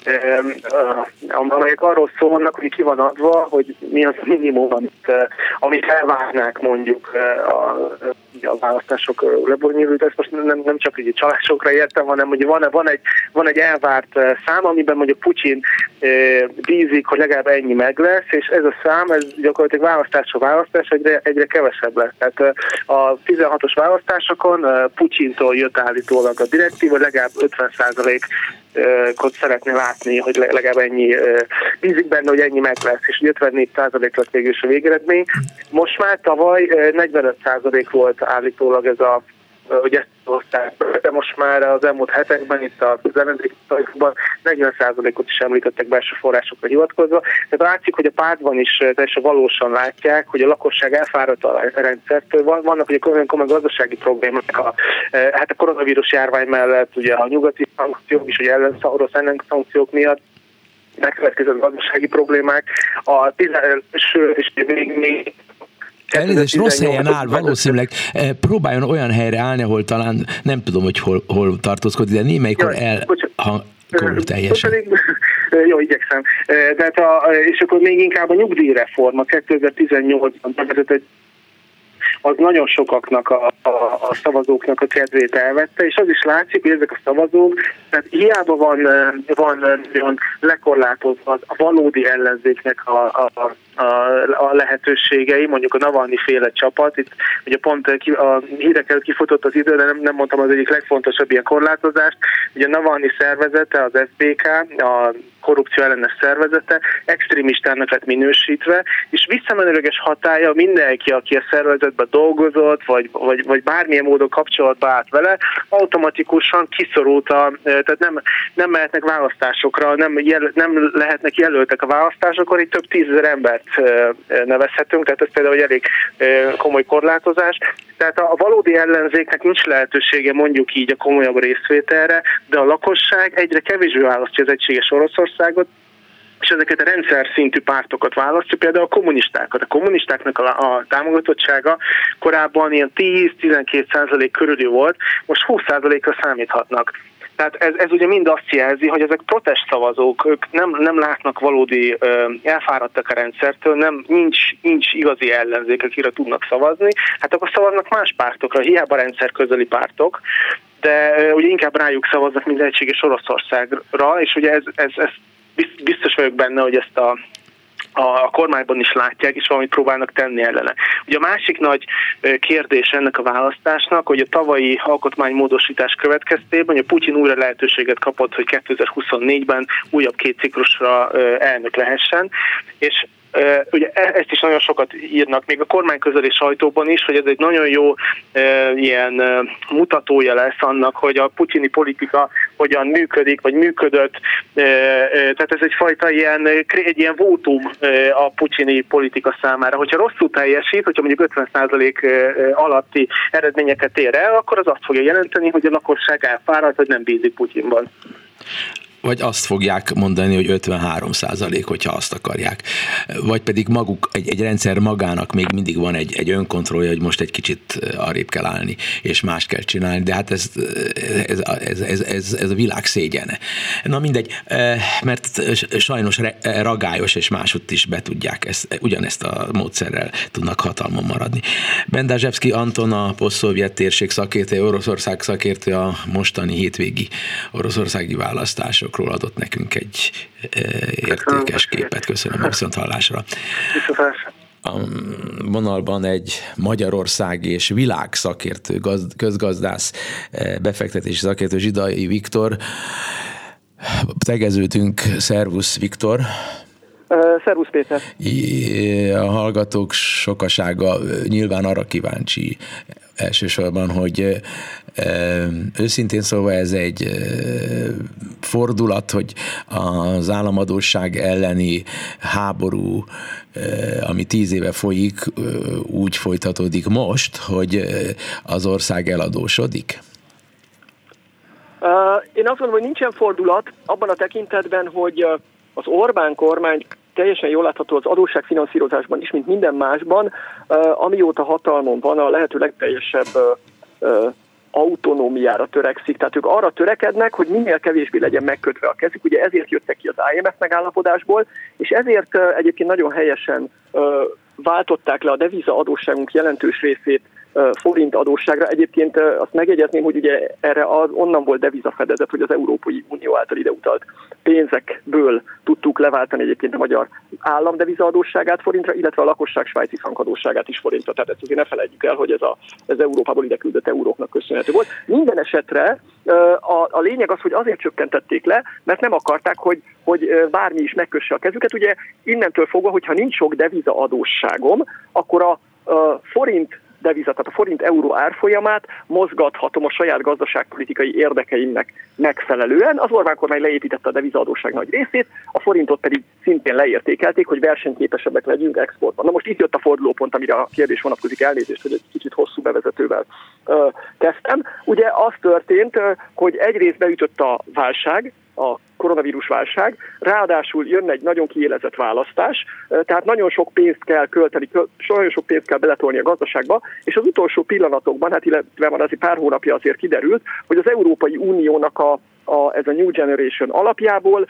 amelyek arról szólnak, hogy ki van adva, hogy mi az a minimum, amit, amit elvárnák mondjuk a, a választások lebonyolult. Most nem, nem csak egy csalásokra értem, hanem hogy van, van, egy, van egy elvárt szám, amiben mondjuk Putyin bízik, hogy legalább ennyi meg lesz, és ez a szám, ez gyakorlatilag választásra választás egyre, egyre kevesebb lesz. Tehát a tizenhatos választásokon Putyintól jött állítólag a direktív, hogy legalább ötven százalékot szeretné látni, hogy legalább ennyi bízik benne, hogy ennyi meg lesz, és ötvennégy százalék lett végül is a végeredmény. Most már tavaly negyvenöt százalék volt állítólag ez a, hogy ezt hozták, de most már az elmúlt hetekben itt az ellenzéki sajtóban negyven százalékot is említettek belső forrásokra hivatkozva. Tehát látszik, hogy a pártban is teljesen valósan látják, hogy a lakosság elfáradt a rendszertől. Vannak ugye komoly, komoly gazdasági problémák. A, hát a koronavírus járvány mellett ugye a nyugati szankciók is, ugye ellen, orosz ellenszankciók miatt megkövetkezett gazdasági problémák. A tizen, sőt, és még, még Elnézést, rossz helyen áll, valószínűleg próbáljon olyan helyre állni, ahol talán nem tudom, hogy hol, hol tartózkodik, de némelykor elhangol teljesen. Jó, igyekszem. De hát a, és akkor még inkább a nyugdíjreform a kétezer-tizennyolcban bevezetett, az nagyon sokaknak a, a, a szavazóknak a kedvét elvette, és az is látszik, hogy ezek a szavazók, tehát hiába van, van nagyon lekorlátozva a valódi ellenzéknek a, a, a, a lehetőségei, mondjuk a Navalnyi féle csapat, itt ugye pont ki, a hírek előtt kifutott az idő, de nem, nem mondtam az egyik legfontosabb ilyen korlátozást, ugye a Navalnyi szervezete, az es zé ká, a korrupció ellenes szervezete, extrémistának lett minősítve, és visszamenőleges hatálya mindenki, aki a szervezetben dolgozott, vagy, vagy, vagy bármilyen módon kapcsolatba állt vele, automatikusan kiszorult a, tehát nem, nem mehetnek választásokra, nem, jel, nem lehetnek jelöltek a választásokon, itt több tízezer embert nevezhetünk, tehát ez például egy elég komoly korlátozás. Tehát a valódi ellenzéknek nincs lehetősége mondjuk így a komolyabb részvételre, de a lakosság egyre kevésbé választja az Egységes Oroszországot, és ezeket a rendszer szintű pártokat választja, például a kommunistákat. A kommunistáknak a, a támogatottsága korábban ilyen tíz-tizenkét százalék körüli volt, most húsz százalékra számíthatnak. Tehát ez, ez ugye mind azt jelzi, hogy ezek protest szavazók, ők nem, nem látnak valódi, ö, elfáradtak a rendszertől, nem, nincs, nincs igazi ellenzék, akire tudnak szavazni, hát akkor szavaznak más pártokra, hiába rendszer közeli pártok, de ö, ugye inkább rájuk szavaznak, mint egységes Oroszországra, és ugye ez, ez, ez biztos vagyok benne, hogy ezt a a kormányban is látják, és valamit próbálnak tenni ellene. Ugye a másik nagy kérdés ennek a választásnak, hogy a tavalyi alkotmánymódosítás következtében, hogy a Putyin újra lehetőséget kapott, hogy kétezer-huszonnégyben újabb két ciklusra elnök lehessen, és Uh, ugye ezt is nagyon sokat írnak, még a kormányközeli sajtóban is, hogy ez egy nagyon jó uh, ilyen uh, mutatója lesz annak, hogy a putyini politika hogyan működik, vagy működött. Uh, uh, tehát ez egyfajta ilyen, egy ilyen vótum uh, a putyini politika számára. Hogyha rosszul teljesít, hogyha mondjuk ötven százalék uh, alatti eredményeket ér el, akkor az azt fogja jelenteni, hogy a lakosság elfáradt, hogy nem bízik Putyinban. Vagy azt fogják mondani, hogy ötvenhárom százalék, hogyha azt akarják. Vagy pedig maguk, egy, egy rendszer magának még mindig van egy, egy önkontrollja, hogy most egy kicsit arrébb kell állni, és más kell csinálni, de hát ez, ez, ez, ez, ez, ez a világ szégyene. Na mindegy, mert sajnos ragályos, és másutt is be tudják, ezt, ugyanezt a módszerrel tudnak hatalmon maradni. Bendazsevszky Anton, a posztszovjet térség szakértője, Oroszország szakértője, a mostani hétvégi oroszországi választások ról adott nekünk egy értékes képet. Köszönöm, viszont hallásra. A vonalban egy magyarországi és világ szakértő, közgazdász, befektetési szakértő, Zsidai Viktor. Tegeződünk, szervusz Viktor. Uh, szervusz Péter. A hallgatók sokasága nyilván arra kíváncsi elsősorban, hogy őszintén szólva ez egy fordulat, hogy az államadósság elleni háború, ami tíz éve folyik, úgy folytatódik most, hogy az ország eladósodik? Én azt mondom, hogy nincsen fordulat abban a tekintetben, hogy az Orbán kormány teljesen jól látható az adósságfinanszírozásban is, mint minden másban, amióta hatalmon van, a lehető legteljesebb autonómiára törekszik. Tehát ők arra törekednek, hogy minél kevésbé legyen megkötve a kezük. Ugye ezért jöttek ki az I M F megállapodásból, és ezért egyébként nagyon helyesen váltották le a deviza adósságunk jelentős részét forint adósságra. Egyébként azt megjegyezném, hogy ugye erre az, onnan volt devizafedezet, hogy az Európai Unió által ideutalt pénzekből tudtuk leváltani egyébként a magyar állam devizaadósságát forintra, illetve a lakosság svájci frankadósságát is forintra. Tehát ezt azért ne felejtjük el, hogy ez a, ez Európából ide küldött euróknak köszönhető volt. Minden esetre a, a lényeg az, hogy azért csökkentették le, mert nem akarták, hogy, hogy bármi is megkösse a kezüket. Ugye innentől fogva, hogyha nincs sok devizaadósságom, akkor a, a forint deviza, tehát a forint-euró árfolyamát mozgathatom a saját gazdaságpolitikai érdekeimnek megfelelően. Az Orbán kormány leépítette a devizaadósság nagy részét, a forintot pedig szintén leértékelték, hogy versenyképesebbek legyünk exportban. Na most itt jött a fordulópont, amire a kérdés vonatkozik, elnézést, hogy egy kicsit hosszú bevezetővel uh, kezdtem. Ugye az történt, uh, hogy egyrészt beütött a válság, a koronavírus válság, ráadásul jönne egy nagyon kiélezett választás, tehát nagyon sok pénzt kell költeni, nagyon sok pénzt kell beletolni a gazdaságba, és az utolsó pillanatokban, hát illetve van azért pár hónapja azért kiderült, hogy az Európai Uniónak a, a, ez a New Generation alapjából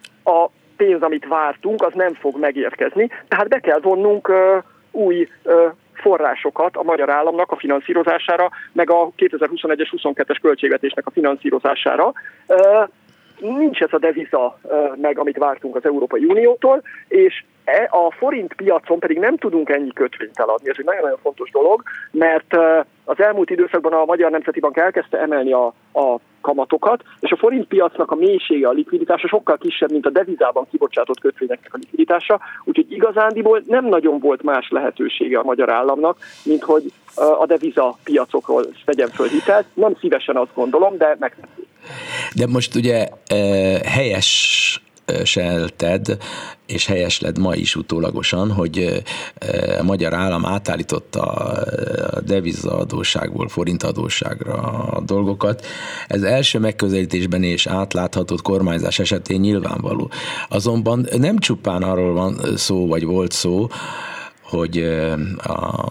a pénz, amit vártunk, az nem fog megérkezni, tehát be kell vonnunk uh, új uh, forrásokat a magyar államnak a finanszírozására, meg a kétezer-huszonegyes huszonkettes költségvetésnek a finanszírozására. Uh, Nincs ez a deviza meg, amit vártunk az Európai Uniótól, és a forint piacon pedig nem tudunk ennyi kötvényt eladni. Ez egy nagyon-nagyon fontos dolog, mert az elmúlt időszakban a Magyar Nemzeti Bank elkezdte emelni a, a kamatokat, és a forint piacnak a mélysége, a likviditása sokkal kisebb, mint a devizában kibocsátott kötvényeknek a likviditása, úgyhogy igazándiból nem nagyon volt más lehetősége a magyar államnak, mint hogy a deviza piacokról vegyen föl hitelt. Nem szívesen azt gondolom, de megtettük. De most ugye helyes jogselted, és helyesled ma is utólagosan, hogy a magyar állam átállította a devizaadósságból forintadósságra a dolgokat. Ez első megközelítésben és átláthatott kormányzás esetén nyilvánvaló. Azonban nem csupán arról van szó, vagy volt szó, hogy a,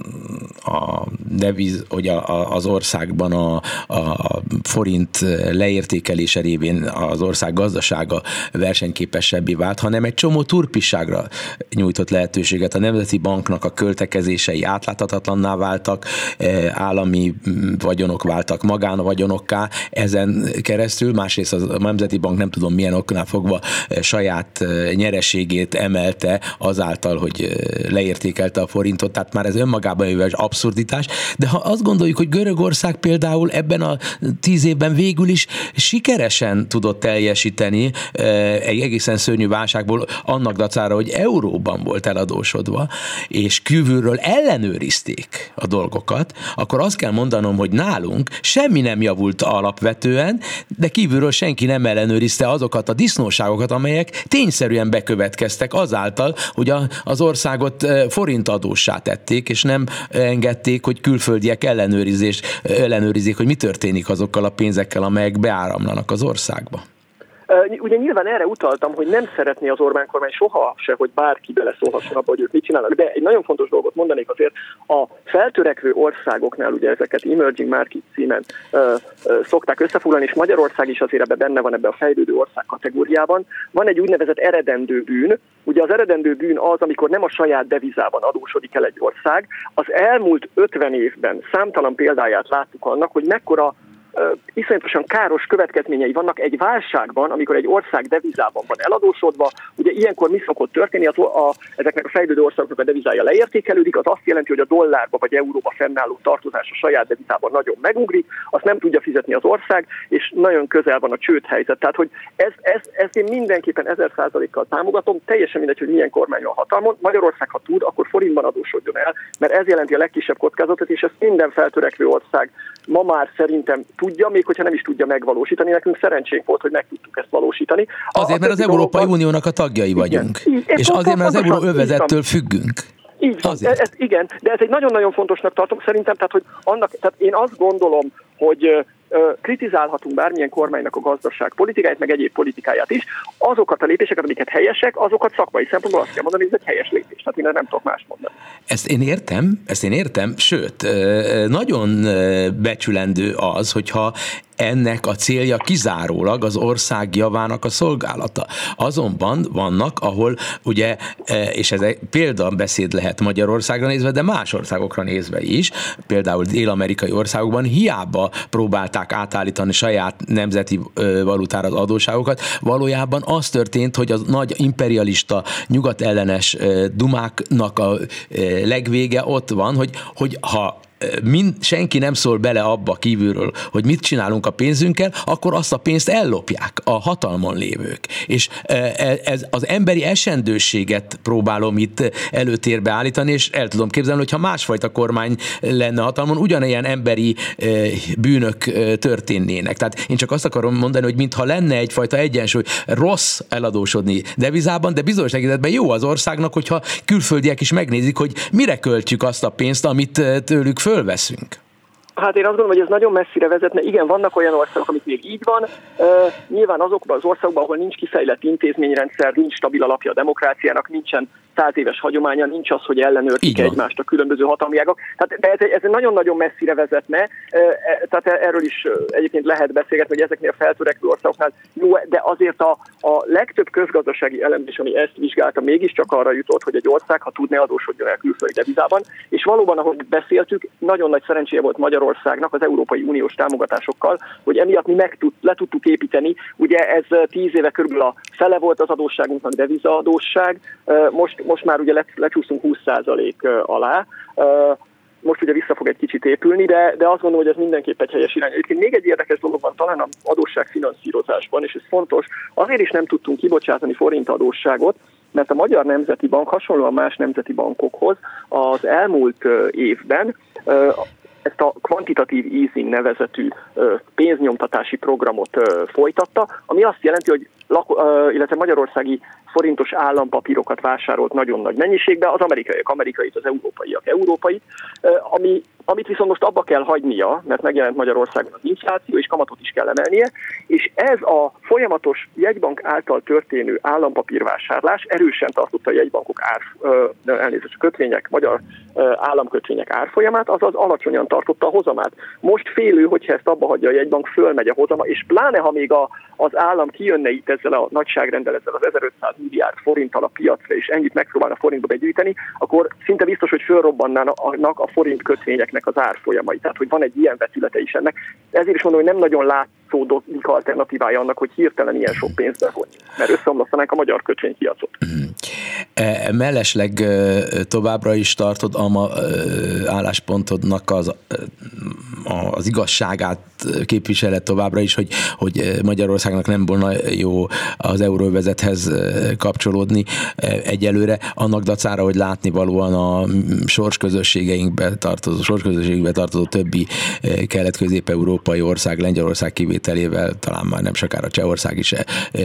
a deviz, hogy a, a, az országban a, a forint leértékelése révén az ország gazdasága versenyképesebbé vált, hanem egy csomó turpisságra nyújtott lehetőséget. A Nemzeti Banknak a költekezései átláthatatlanná váltak, állami vagyonok váltak magánvagyonokká ezen keresztül, másrészt a Nemzeti Bank nem tudom milyen oknál fogva saját nyereségét emelte azáltal, hogy leértékelte a forintot, tehát már ez önmagában egy abszurditás, de ha azt gondoljuk, hogy Görögország például ebben a tíz évben végül is sikeresen tudott teljesíteni egy egészen szörnyű válságból annak dacára, hogy euróban volt eladósodva, és kívülről ellenőrizték a dolgokat, akkor azt kell mondanom, hogy nálunk semmi nem javult alapvetően, de kívülről senki nem ellenőrizte azokat a disznóságokat, amelyek tényszerűen bekövetkeztek azáltal, hogy a, az országot forintadóssá tették, és nem engedték, hogy külföldiek ellenőrizés, ellenőrizzék, hogy mi történik azokkal a pénzekkel, amelyek beáramlanak az országba. Ugye nyilván erre utaltam, hogy nem szeretné az Orbán kormány soha se, hogy bárki beleszólhasson abba, hogy ők mit csinálnak, de egy nagyon fontos dolgot mondanék azért, a feltörekvő országoknál ugye ezeket emerging market címen ö, ö, szokták összefoglalni, és Magyarország is azért ebbe benne van ebbe a fejlődő ország kategóriában. Van egy úgynevezett eredendő bűn. Ugye az eredendő bűn az, amikor nem a saját devizában adósodik el egy ország. Az elmúlt ötven évben számtalan példáját láttuk annak, hogy mekkora iszonyatosan káros következményei vannak egy válságban, amikor egy ország devizában van eladósodva. Ugye ilyenkor mi szokott történni, az a, ezeknek a fejlődő országoknak a devizája leértékelődik, az azt jelenti, hogy a dollárba vagy euróba fennálló tartozás a saját devizában nagyon megugrik, azt nem tudja fizetni az ország, és nagyon közel van a csődhelyzet. Tehát, hogy ez, ez, ezt én mindenképpen ezer százalékkal támogatom, teljesen mindegy, hogy milyen kormány van hatalmon. Magyarország, ha tud, akkor forintban adósodjon el, mert ez jelenti a legkisebb kockázatot, és ezt minden feltörekvő ország ma már szerintem tudja, még hogyha nem is tudja megvalósítani. Nekünk szerencsénk volt, hogy meg tudtuk ezt valósítani. Azért, mert az Európai Uniónak a tagjai vagyunk. Igen. És azért, mert az euróövezettől függünk. Így van, ez, ez, igen, de ez egy nagyon-nagyon fontosnak tartom szerintem, tehát, hogy annak, tehát én azt gondolom, hogy ö, kritizálhatunk bármilyen kormánynak a gazdaságpolitikáját, meg egyéb politikáját is. Azokat a lépéseket, amiket helyesek, azokat szakmai szempontból azt kell mondani, hogy ez egy helyes lépés. Tehát én nem tudok mást mondani. Ezt én értem, ezt én értem, sőt, nagyon becsülendő az, hogyha ennek a célja kizárólag az ország javának a szolgálata. Azonban vannak, ahol ugye, és ez egy példabeszéd lehet Magyarországra nézve, de más országokra nézve is, például dél-amerikai országokban hiába próbálták átállítani saját nemzeti valutára az adósságokat, valójában az történt, hogy az nagy imperialista, nyugatellenes dumáknak a legvége ott van, hogy, hogy ha Mind, senki nem szól bele abba kívülről, hogy mit csinálunk a pénzünkkel, akkor azt a pénzt ellopják a hatalmon lévők. És ez, az emberi esendőséget próbálom itt előtérbe állítani, és el tudom képzelni, hogyha másfajta kormány lenne hatalmon, ugyanilyen emberi bűnök történnének. Tehát én csak azt akarom mondani, hogy mintha lenne egyfajta egyensúly, rossz eladósodni devizában, de bizonyos tekintetben jó az országnak, hogyha külföldiek is megnézik, hogy mire költjük azt a pénzt, amit tőlük fölveszünk. Hát én azt gondolom, hogy ez nagyon messzire vezetne. Igen, vannak olyan országok, amik még így van. Uh, nyilván azokban az országokban, ahol nincs kifejlett intézményrendszer, nincs stabil alapja a demokráciának, nincsen száz éves hagyománya, nincs az, hogy ellenőrzik egymást a különböző hatalmi ágak. Tehát de ez, ez nagyon-nagyon messzire vezetne. Uh, tehát erről is egyébként lehet beszélgetni, hogy ezeknél a feltörekvő országoknál jó, de azért a, a legtöbb közgazdasági elemzés, ami ezt vizsgálta, mégiscsak arra jutott, hogy egy ország, ha tudne, adósodjon el külföldi devizában. És valóban, ahogy beszéltük, nagyon nagy szerencséje volt Magyarországnak az Európai Uniós támogatásokkal, hogy emiatt mi meg tud, le tudtuk építeni. Ugye ez tíz éve körülbelül a fele volt az adósságunknak devizaadósság, most, most már ugye lecsúszunk húsz százalék alá. Most ugye vissza fog egy kicsit épülni, de, de azt gondolom, hogy ez mindenképp egy helyes irány. Egyébként még egy érdekes dolog van talán az adósságfinanszírozásban, és ez fontos. Azért is nem tudtunk kibocsátani forintadósságot, mert a Magyar Nemzeti Bank hasonlóan más nemzeti bankokhoz az elmúlt évben ezt a kvantitatív easing nevezetű pénznyomtatási programot folytatta, ami azt jelenti, hogy lako- illetve magyarországi forintos állampapírokat vásárolt nagyon nagy mennyiségben, az amerikaiak amerikait, az európaiak európait, ami, amit viszont most abba kell hagynia, mert megjelent Magyarországon az infláció, és kamatot is kell emelnie, és ez a folyamatos jegybank által történő állampapírvásárlás erősen tartotta a jegybankok ár, elnézést, kötvények, magyar államkötvények árfolyamát, azaz alacsonyan tartotta a hozamát. Most félő, hogyha ezt abba hagyja a jegybank, fölmegy a hozama, és pláne, ha még a, az állam kijönne itt ezzel a nagyságrendel, ezzel az ezerötszáz milliárd forinttal a piacra, és ennyit megpróbálna forintba begyűjteni, akkor szinte biztos, hogy fölrobbannának a forint kötvényeknek az árfolyamai. Tehát, hogy van egy ilyen vetülete is ennek. Ezért is mondom, hogy nem nagyon látszódik alternatívája annak, hogy hirtelen ilyen sok pénzt bevonni, mert összeomlasztanánk a magyar kötvénypiacot. E, mellesleg továbbra is tartod a ma álláspontodnak az, az igazságát képviseled továbbra is, hogy, hogy Magyarországnak nem volna jó az euróövezethez kapcsolódni egyelőre, annak dacára, hogy látnivalóan a sorsközösségeinkbe tartozó, sorsközösségbe tartozó többi kelet-közép-európai ország, Lengyelország kivételével, talán már nem sokára Csehország is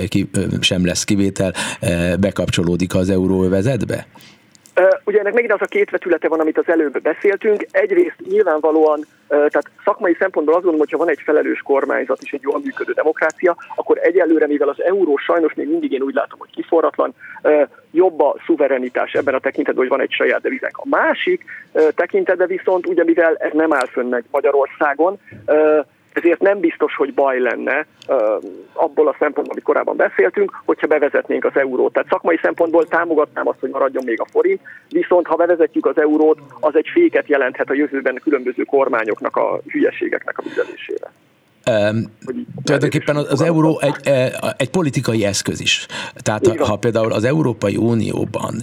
sem lesz kivétel, bekapcsolódik az euróövezetbe? Ugye ennek megint az a két vetülete van, amit az előbb beszéltünk. Egyrészt nyilvánvalóan, tehát szakmai szempontból azt gondolom, hogyha van egy felelős kormányzat és egy jól működő demokrácia, akkor egyelőre, mivel az euró sajnos még mindig én úgy látom, hogy kiforratlan, jobb a szuverenitás ebben a tekintetben, hogy van egy saját devizánk. A másik tekintetben viszont, ugye mivel ez nem áll fönn meg Magyarországon, ezért nem biztos, hogy baj lenne abból a szempontból, amit korábban beszéltünk, hogyha bevezetnénk az eurót. Tehát szakmai szempontból támogatnám azt, hogy maradjon még a forint, viszont ha bevezetjük az eurót, az egy féket jelenthet a jövőben különböző kormányoknak a hülyeségeknek a viselésére. Um, tulajdonképpen az, az euró egy, egy politikai eszköz is. Tehát ha, ha például az Európai Unióban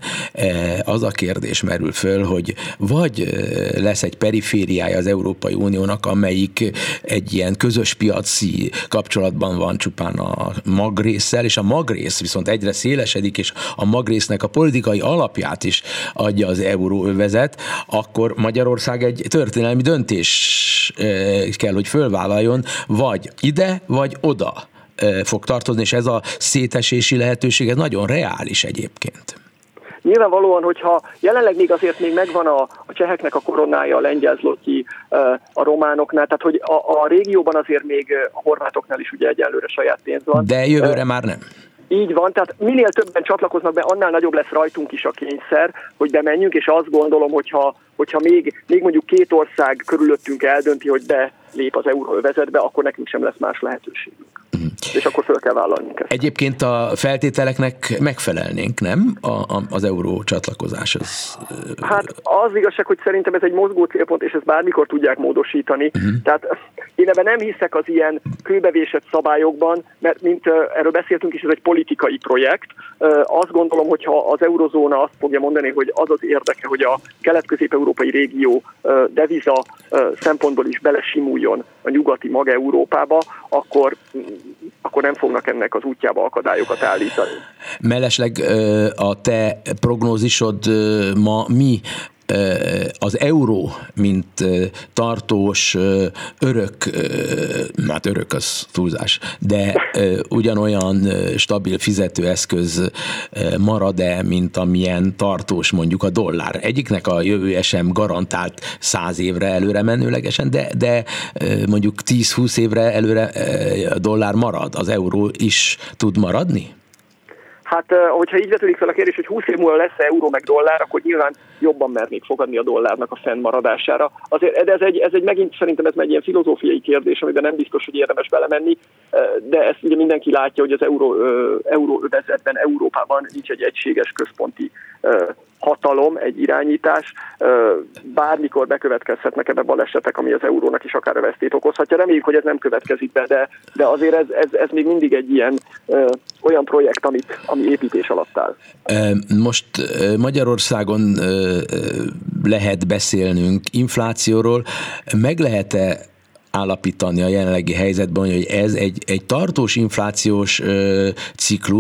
az a kérdés merül föl, hogy vagy lesz egy perifériája az Európai Uniónak, amelyik egy ilyen közös piaci kapcsolatban van csupán a magrésszel, és a magrész viszont egyre szélesedik, és a magrésznek a politikai alapját is adja az euróövezet, akkor Magyarország egy történelmi döntés kell, hogy fölvállaljon, vagy ide, vagy oda fog tartozni, és ez a szétesési lehetőség, ez nagyon reális egyébként. Nyilvánvalóan, hogyha jelenleg még azért még megvan a, a cseheknek a koronája, a lengyel zloty, a románoknál, tehát hogy a, a régióban azért még a horvátoknál is ugye egyelőre saját pénz van. De jövőre már nem. Így van, tehát minél többen csatlakoznak be, annál nagyobb lesz rajtunk is a kényszer, hogy bemenjünk, és azt gondolom, hogyha, hogyha még, még mondjuk két ország körülöttünk eldönti, hogy belép az euróövezetbe, akkor nekünk sem lesz más lehetőségünk. Mm. És akkor föl kell vállalnunk ezt. Egyébként a feltételeknek megfelelnénk, nem? A, a, az euró csatlakozás az... Hát az igazság, hogy szerintem ez egy mozgó célpont, és ezt bármikor tudják módosítani. Mm. Tehát én ebben nem hiszek az ilyen kőbevésett szabályokban, mert mint erről beszéltünk is, ez egy politikai projekt. Azt gondolom, hogyha az eurozóna azt fogja mondani, hogy az az érdeke, hogy a kelet-közép-európai régió deviza szempontból is belesimuljon a nyugati mag-Európába, akkor, akkor nem fognak ennek az útjába akadályokat állítani. Mellesleg a te prognózisod ma mi? Az euró, mint tartós, örök, hát örök az túlzás, de ugyanolyan stabil fizetőeszköz marad-e, mint amilyen tartós mondjuk a dollár. Egyiknek a jövője sem garantált száz évre előre menőlegesen, de, de mondjuk tíz-húsz évre előre a dollár marad, az euró is tud maradni? Hát, hogyha így vetődik fel a kérdés, hogy húsz év múlva lesz euró meg dollár, akkor nyilván jobban mernék fogadni a dollárnak a fennmaradására. Azért, de ez egy, ez egy megint szerintem ez egy ilyen filozófiai kérdés, amiben nem biztos, hogy érdemes belemenni, de ezt ugye mindenki látja, hogy az euró, euróövezetben, Európában nincs egy egységes központi hatalom, egy irányítás, bármikor bekövetkezhetnek ebbe balesetek, ami az eurónak is akár a vesztét okozhatja. Reméljük, hogy ez nem következik be, de, de azért ez, ez, ez még mindig egy ilyen ö, olyan projekt, amit, ami építés alatt áll. Most Magyarországon lehet beszélnünk inflációról, meg lehet-e állapítani a jelenlegi helyzetben, hogy ez egy, egy tartós inflációs ciklus,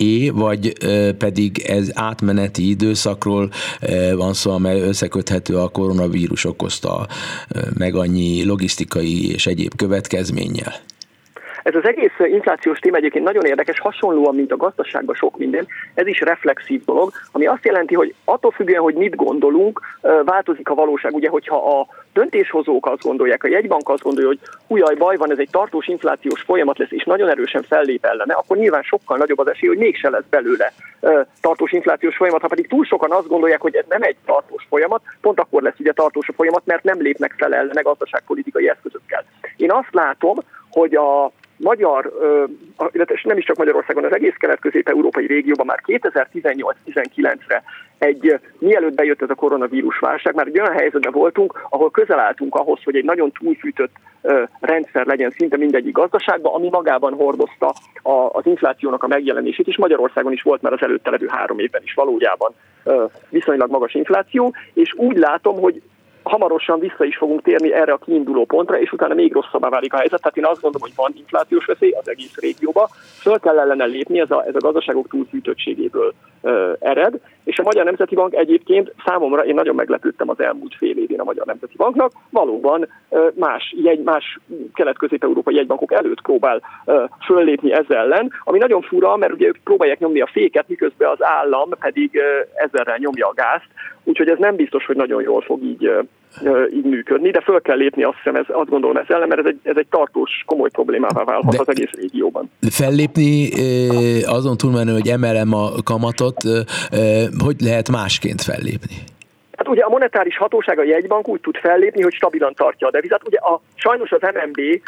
é, vagy pedig ez átmeneti időszakról van szó, amely összeköthető a koronavírus okozta meg annyi logisztikai és egyéb következménnyel? Ez az egész inflációs téma egyébként nagyon érdekes, hasonlóan, mint a gazdaságban sok minden, ez is reflexív dolog, ami azt jelenti, hogy attól függően, hogy mit gondolunk, változik a valóság. Ugye, hogyha a döntéshozók azt gondolják, a jegybank azt gondolja, hogy hújaj, baj van, ez egy tartós inflációs folyamat lesz, és nagyon erősen fellép ellene, akkor nyilván sokkal nagyobb az esély, hogy mégse lesz belőle tartós inflációs folyamat. Ha pedig túl sokan azt gondolják, hogy ez nem egy tartós folyamat, pont akkor lesz ugye tartós a folyamat, mert nem lépnek fel ellene gazdaságpolitikai eszközökkel. Én azt látom, hogy a magyar, illetve nem is csak Magyarországon, az egész kelet-közép-európai régióban már kétezer-tizennyolc-tizenkilencre egy, mielőtt bejött ez a koronavírus válság, már egy olyan helyzetben voltunk, ahol közel álltunk ahhoz, hogy egy nagyon túlfűtött rendszer legyen szinte mindegyik gazdaságban, ami magában hordozta az inflációnak a megjelenését, és Magyarországon is volt már az előtte levő három évben is valójában viszonylag magas infláció, és úgy látom, hogy hamarosan vissza is fogunk térni erre a kiinduló pontra, és utána még rosszabbá válik a helyzet. Tehát én azt gondolom, hogy van inflációs veszély az egész régióban, föl kell ellene lépni, ez a, ez a gazdaságok túlfűtöttségéből uh, ered, és a Magyar Nemzeti Bank egyébként számomra, én nagyon meglepődtem az elmúlt fél évén a Magyar Nemzeti Banknak, valóban uh, más, jegy, más kelet-közép-európai jegybankok előtt próbál uh, föllépni ezzel ellen, ami nagyon fura, mert ugye ők próbálják nyomni a féket, miközben az állam pedig uh, ezerrel nyomja a gázt, úgyhogy ez nem biztos, hogy nagyon jól fog így, uh, így működni, de föl kell lépni, azt hiszem, ez, azt gondolom ez ellen, mert ez egy, ez egy tartós, komoly problémává válhat de az egész régióban. Fellépni azon túlmenő, hogy emelem a kamatot, hogy lehet másként fellépni? Hát ugye a monetáris hatóság, a jegybank úgy tud fellépni, hogy stabilan tartja a devizát. Ugye a, sajnos az em en bé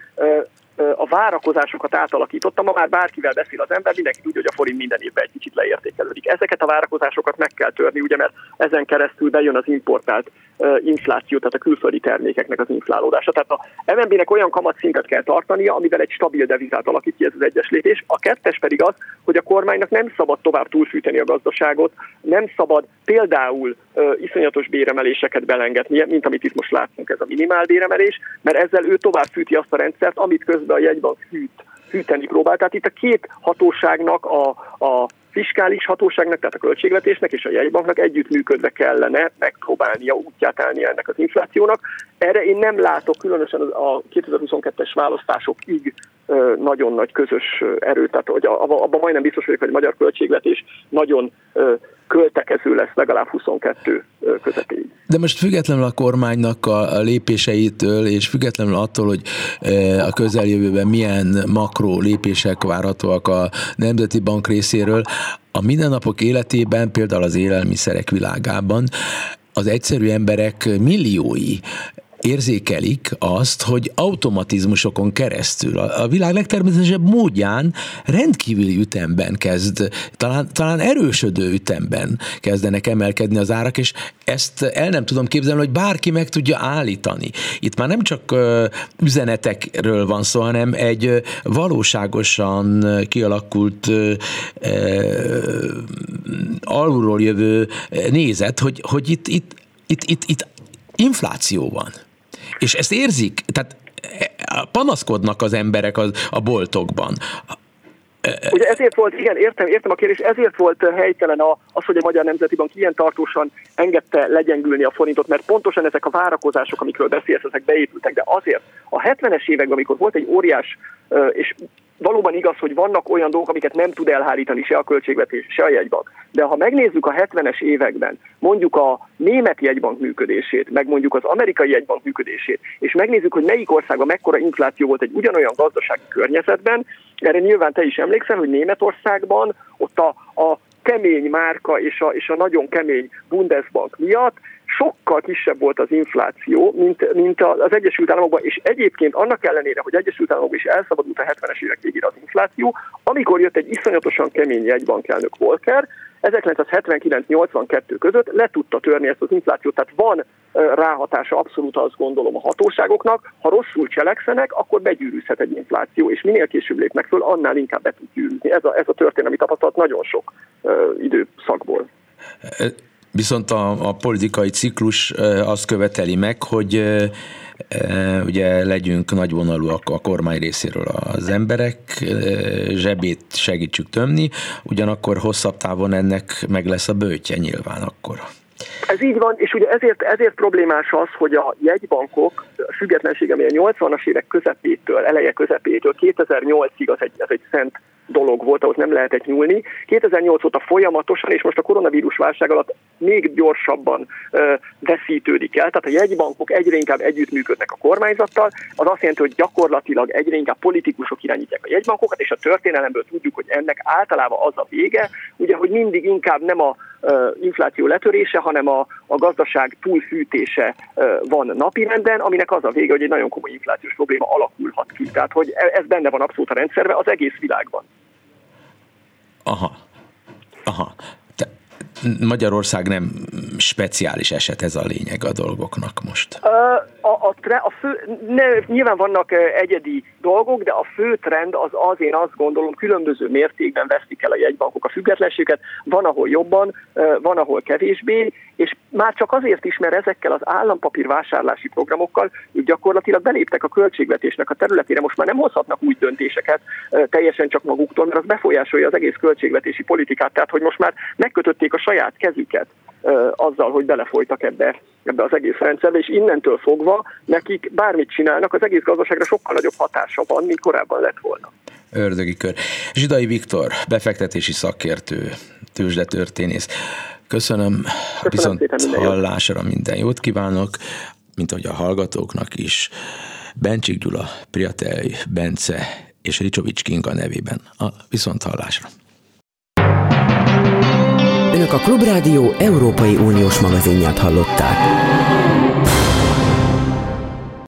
a várakozásokat átalakította, ma már bárkivel beszél az ember, mindenki tudja, hogy a forint minden évben egy kicsit leértékelődik. Ezeket a várakozásokat meg kell törni, ugye, mert ezen keresztül bejön az importált uh, infláció, tehát a külföldi termékeknek az inflálódása. Tehát a em en bé-nek olyan kamatszintet kell tartania, amivel egy stabil devizát alakít ki, ez az egyes lépés. A kettes pedig az, hogy a kormánynak nem szabad tovább túlfűteni a gazdaságot, nem szabad például uh, iszonyatos béremeléseket belengednie, mint amit itt most látunk, ez a minimál béremelés, mert ezzel ő tovább fűti azt a rendszert, amit közben a jegybank hűt, hűteni próbál. Tehát itt a két hatóságnak, a, a fiskális hatóságnak, tehát a költségvetésnek és a jegybanknak együttműködve kellene megpróbálnia útját állni ennek az inflációnak. Erre én nem látok különösen a kétezer-huszonkettes választásokig nagyon nagy közös erőt, tehát hogy abban majdnem biztos vagyok, hogy a magyar költségvetés nagyon költekező lesz legalább huszonkettő közepéig. De most függetlenül a kormánynak a lépéseitől, és függetlenül attól, hogy a közeljövőben milyen makró lépések várhatóak a Nemzeti Bank részéről, a mindennapok életében, például az élelmiszerek világában az egyszerű emberek milliói érzékelik azt, hogy automatizmusokon keresztül, a világ legtermészetesebb módján rendkívüli ütemben kezd, talán, talán erősödő ütemben kezdenek emelkedni az árak, és ezt el nem tudom képzelni, hogy bárki meg tudja állítani. Itt már nem csak üzenetekről van szó, hanem egy valóságosan kialakult alulról jövő nézet, hogy, hogy itt, itt, itt, itt, itt infláció van. És ezt érzik, tehát panaszkodnak az emberek az, a boltokban. Ugye ezért volt, igen, értem, értem a kérdés, ezért volt helytelen az, hogy a Magyar Nemzeti Bank ilyen tartósan engedte legyengülni a forintot, mert pontosan ezek a várakozások, amikről beszélsz, ezek beépültek, de azért a hetvenes években, amikor volt egy óriás, és valóban igaz, hogy vannak olyan dolgok, amiket nem tud elhárítani se a költségvetés, se a jegybank. De ha megnézzük a hetvenes években mondjuk a német jegybank működését, meg mondjuk az amerikai jegybank működését, és megnézzük, hogy melyik országban mekkora infláció volt egy ugyanolyan gazdasági környezetben, erre nyilván te is emlékszel, hogy Németországban ott a, a kemény márka és a, és a nagyon kemény Bundesbank miatt sokkal kisebb volt az infláció, mint, mint az Egyesült Államokban, és egyébként annak ellenére, hogy Egyesült Államokban is elszabadult a hetvenes évek végére az infláció, amikor jött egy iszonyatosan kemény jegybankelnök Volcker, ezerkilencszázhetvenkilenc nyolcvankettő között le tudta törni ezt az inflációt, tehát van ráhatása abszolút, azt gondolom, a hatóságoknak, ha rosszul cselekszenek, akkor begyűrűzhet egy infláció, és minél később lépnek föl, annál inkább be tud gyűrűzni. Ez a, ez a történelmi tapasztalat nagyon sok uh, időszakból. Viszont a, a politikai ciklus azt követeli meg, hogy ugye legyünk nagyvonalúak a kormány részéről az emberek, zsebét segítsük tömni, ugyanakkor hosszabb távon ennek meg lesz a böjtje nyilván akkor. Ez így van, és ugye ezért, ezért problémás az, hogy a jegybankok függetlensége, ami a nyolcvanas évek közepétől, eleje közepétől kétezer-nyolcig az egy, ez egy szent dolog volt, ahhoz nem lehetett nyúlni. kétezer-nyolc óta folyamatosan, és most a koronavírus válság alatt még gyorsabban ö, veszítődik el. Tehát a jegybankok egyre inkább együttműködnek a kormányzattal, az azt jelenti, hogy gyakorlatilag egyre inkább politikusok irányítják a jegybankokat, és a történelemből tudjuk, hogy ennek általában az a vége, ugye, hogy mindig inkább nem a ö, infláció letörése, hanem a, a gazdaság túlfűtése ö, van napirenden, aminek az a vége, hogy egy nagyon komoly inflációs probléma alakulhat ki. Tehát, hogy ez benne van abszolút a rendszerben az egész világban. Aha, aha. Te, Magyarország nem speciális eset, ez a lényeg a dolgoknak most. A, a, a fő, ne, nyilván vannak egyedi dolgok, de a fő trend az az, én azt gondolom, különböző mértékben veszik el a jegybankok a függetlenséget, van ahol jobban, van ahol kevésbé, és már csak azért is, mert ezekkel az állampapírvásárlási programokkal ők gyakorlatilag beléptek a költségvetésnek a területére, most már nem hozhatnak új döntéseket teljesen csak maguktól, mert az befolyásolja az egész költségvetési politikát, tehát hogy most már megkötötték a saját kezüket azzal, hogy belefolytak ebbe, ebbe az egész rendszerbe, és innentől fogva nekik bármit csinálnak, az egész gazdaságra sokkal nagyobb hatása van, mint korábban lett volna. Ördögi kör. Zsidai Viktor, befektetési szakértő, tőzsdetörténész. Köszönöm, Köszönöm viszont hallásra minden jót kívánok, mint ahogy a hallgatóknak is. Bencsik Gyula, Priatej Bence és Ricsovics Kinga nevében a viszont hallásra. Önök a Klubrádió Európai Uniós magazinját hallották.